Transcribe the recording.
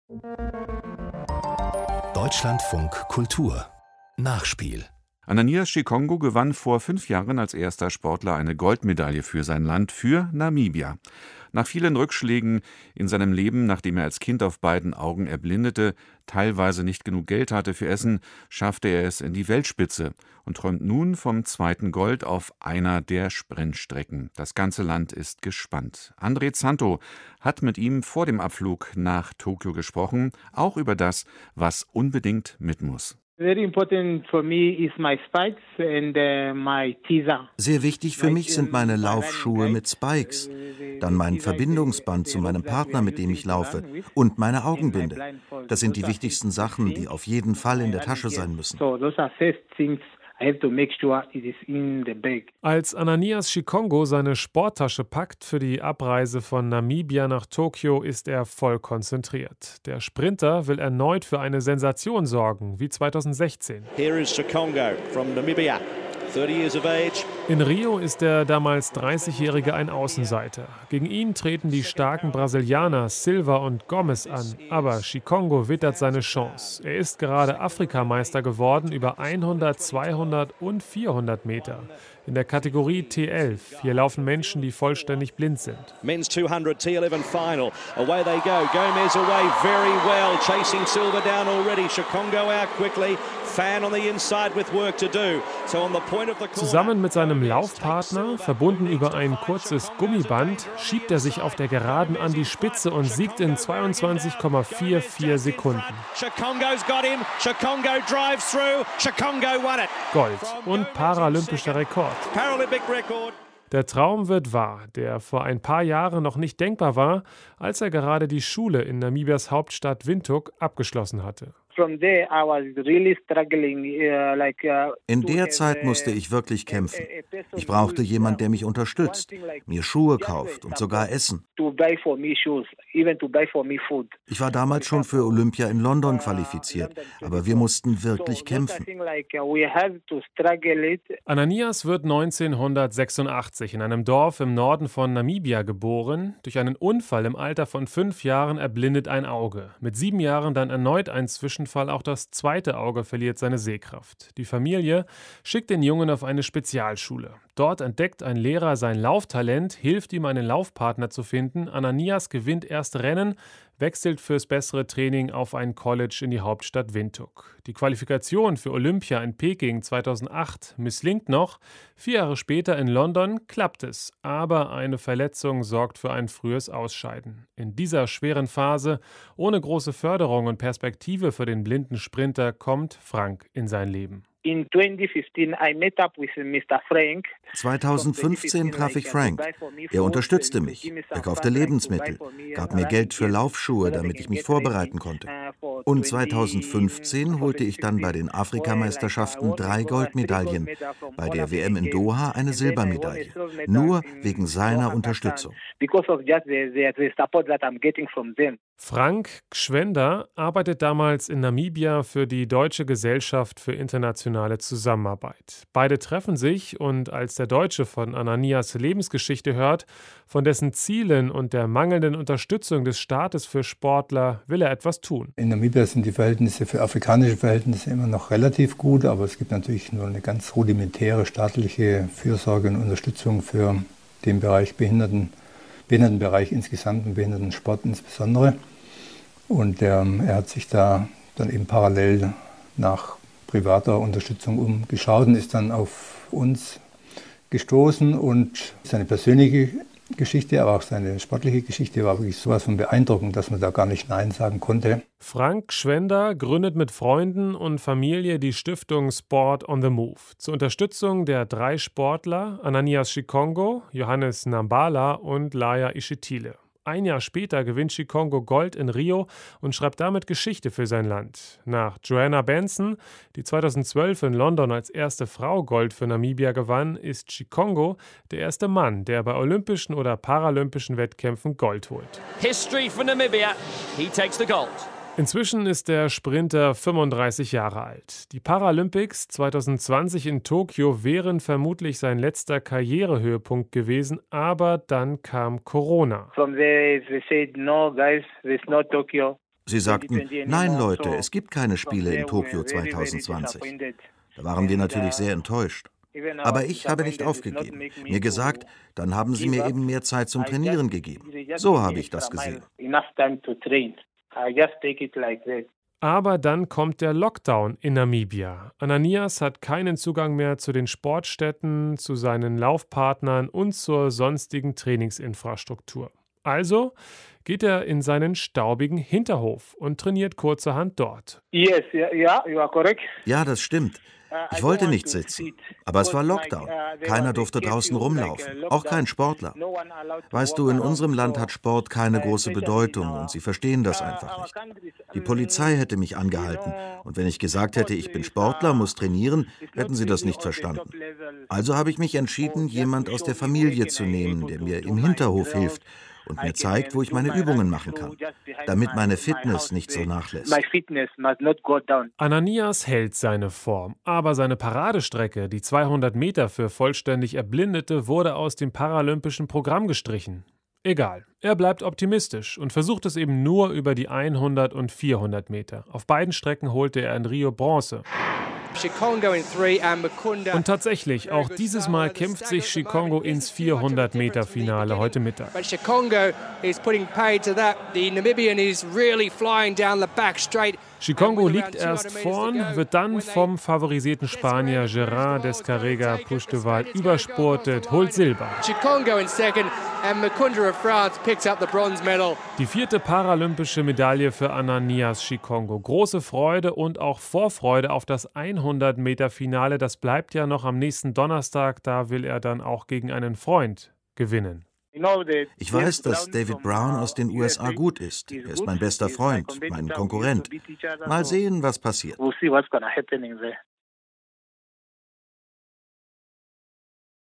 Deutschlandfunk Kultur Nachspiel. Ananias Shikongo gewann vor 5 Jahren als erster Sportler eine Goldmedaille für sein Land, für Namibia. Nach vielen Rückschlägen in seinem Leben, nachdem er als Kind auf beiden Augen erblindete, teilweise nicht genug Geld hatte für Essen, schaffte er es in die Weltspitze und träumt nun vom zweiten Gold auf einer der Sprintstrecken. Das ganze Land ist gespannt. André Zanto hat mit ihm vor dem Abflug nach Tokio gesprochen, auch über das, was unbedingt mit muss. Sehr wichtig für mich sind meine Laufschuhe mit Spikes, dann mein Verbindungsband zu meinem Partner, mit dem ich laufe, und meine Augenbinde. Das sind die wichtigsten Sachen, die auf jeden Fall in der Tasche sein müssen. Als Ananias Shikongo seine Sporttasche packt für die Abreise von Namibia nach Tokio, ist er voll konzentriert. Der Sprinter will erneut für eine Sensation sorgen, wie 2016. Here is Shikongo from Namibia. 30 years of age. In Rio ist der damals 30-Jährige ein Außenseiter. Gegen ihn treten die starken Brasilianer Silva und Gomes an. Aber Shikongo wittert seine Chance. Er ist gerade Afrikameister geworden über 100, 200 und 400 Meter. In der Kategorie T11. Hier laufen Menschen, die vollständig blind sind. Men's 200 T11 final. Away they go. Gomez away very well. Chasing Silva down already. Shikongo out quickly. Fan on the inside with work to do. So on the point of the corner. Zusammen mit seinem Laufpartner, verbunden über ein kurzes Gummiband, schiebt er sich auf der Geraden an die Spitze und siegt in 22,44 Sekunden. Shikongo's got him. Shikongo drives through. Shikongo won it. Gold und paralympischer Rekord. Paralympic record. Der Traum wird wahr, der vor ein paar Jahren noch nicht denkbar war, als er gerade die Schule in Namibias Hauptstadt Windhoek abgeschlossen hatte. In der Zeit musste ich wirklich kämpfen. Ich brauchte jemanden, der mich unterstützt, mir Schuhe kauft und sogar Essen. Ich war damals schon für Olympia in London qualifiziert, aber wir mussten wirklich kämpfen. Ananias wird 1986 in einem Dorf im Norden von Namibia geboren. Durch einen Unfall im Alter von 5 Jahren erblindet ein Auge. Mit 7 Jahren dann erneut ein Zwischenfall, auch das zweite Auge verliert seine Sehkraft. Die Familie schickt den Jungen auf eine Spezialschule. Dort entdeckt ein Lehrer sein Lauftalent, hilft ihm, einen Laufpartner zu finden. Ananias gewinnt erst Rennen, wechselt fürs bessere Training auf ein College in die Hauptstadt Windhoek. Die Qualifikation für Olympia in Peking 2008 misslingt noch. 4 Jahre später in London klappt es, aber eine Verletzung sorgt für ein frühes Ausscheiden. In dieser schweren Phase, ohne große Förderung und Perspektive für den blinden Sprinter, kommt Frank in sein Leben. 2015 traf ich Frank. Er unterstützte mich. Er kaufte Lebensmittel, gab mir Geld für Laufschuhe, damit ich mich vorbereiten konnte. Und 2015 holte ich dann bei den Afrikameisterschaften 3 Goldmedaillen, bei der WM in Doha eine Silbermedaille. Nur wegen seiner Unterstützung. Frank Gschwender arbeitet damals in Namibia für die Deutsche Gesellschaft für internationale Zusammenarbeit. Beide treffen sich und als der Deutsche von Ananias Lebensgeschichte hört, von dessen Zielen und der mangelnden Unterstützung des Staates für Sportler, will er etwas tun. In Namibia sind die Verhältnisse für afrikanische Verhältnisse immer noch relativ gut, aber es gibt natürlich nur eine ganz rudimentäre staatliche Fürsorge und Unterstützung für den Bereich Behindertenbereich insgesamt und Behindertensport insbesondere. Und er hat sich da dann eben parallel nach privater Unterstützung umgeschaut und ist dann auf uns gestoßen. Und seine persönliche Geschichte, aber auch seine sportliche Geschichte war wirklich sowas von beeindruckend, dass man da gar nicht Nein sagen konnte. Frank Gschwender gründet mit Freunden und Familie die Stiftung Sport on the Move zur Unterstützung der 3 Sportler Ananias Shikongo, Johannes Nambala und Laya Ishitile. Ein Jahr später gewinnt Shikongo Gold in Rio und schreibt damit Geschichte für sein Land. Nach Joanna Benson, die 2012 in London als erste Frau Gold für Namibia gewann, ist Shikongo der erste Mann, der bei olympischen oder paralympischen Wettkämpfen Gold holt. History for Namibia. He takes the gold. Inzwischen ist der Sprinter 35 Jahre alt. Die Paralympics 2020 in Tokio wären vermutlich sein letzter Karrierehöhepunkt gewesen, aber dann kam Corona. From there they said, no guys, there's no Tokyo. Sie sagten, nein Leute, es gibt keine Spiele in Tokio 2020. Da waren wir natürlich sehr enttäuscht. Aber ich habe nicht aufgegeben. Mir gesagt, dann haben sie mir eben mehr Zeit zum Trainieren gegeben. So habe ich das gesehen. Aber dann kommt der Lockdown in Namibia. Ananias hat keinen Zugang mehr zu den Sportstätten, zu seinen Laufpartnern und zur sonstigen Trainingsinfrastruktur. Also geht er in seinen staubigen Hinterhof und trainiert kurzerhand dort. Ja, das stimmt. Ich wollte nicht sitzen, aber es war Lockdown. Keiner durfte draußen rumlaufen, auch kein Sportler. Weißt du, in unserem Land hat Sport keine große Bedeutung und sie verstehen das einfach nicht. Die Polizei hätte mich angehalten und wenn ich gesagt hätte, ich bin Sportler, muss trainieren, hätten sie das nicht verstanden. Also habe ich mich entschieden, jemand aus der Familie zu nehmen, der mir im Hinterhof hilft und mir zeigt, wo ich meine Übungen machen kann, damit meine Fitness nicht so nachlässt. Ananias hält seine Form, aber seine Paradestrecke, die 200 Meter für vollständig Erblindete, wurde aus dem paralympischen Programm gestrichen. Egal, er bleibt optimistisch und versucht es eben nur über die 100 und 400 Meter. Auf beiden Strecken holte er in Rio Bronze. Und tatsächlich, auch dieses Mal kämpft sich Chikongo ins 400-Meter-Finale heute Mittag. Chikongo liegt erst vorn, wird dann vom favorisierten Spanier Gerard Descarrega Puigdevall überspurtet, holt Silber. Die 4. paralympische Medaille für Ananias Chikongo. Große Freude und auch Vorfreude auf das 100-Meter-Finale. Das bleibt ja noch am nächsten Donnerstag. Da will er dann auch gegen einen Freund gewinnen. Ich weiß, dass David Brown aus den USA gut ist. Er ist mein bester Freund, mein Konkurrent. Mal sehen, was passiert.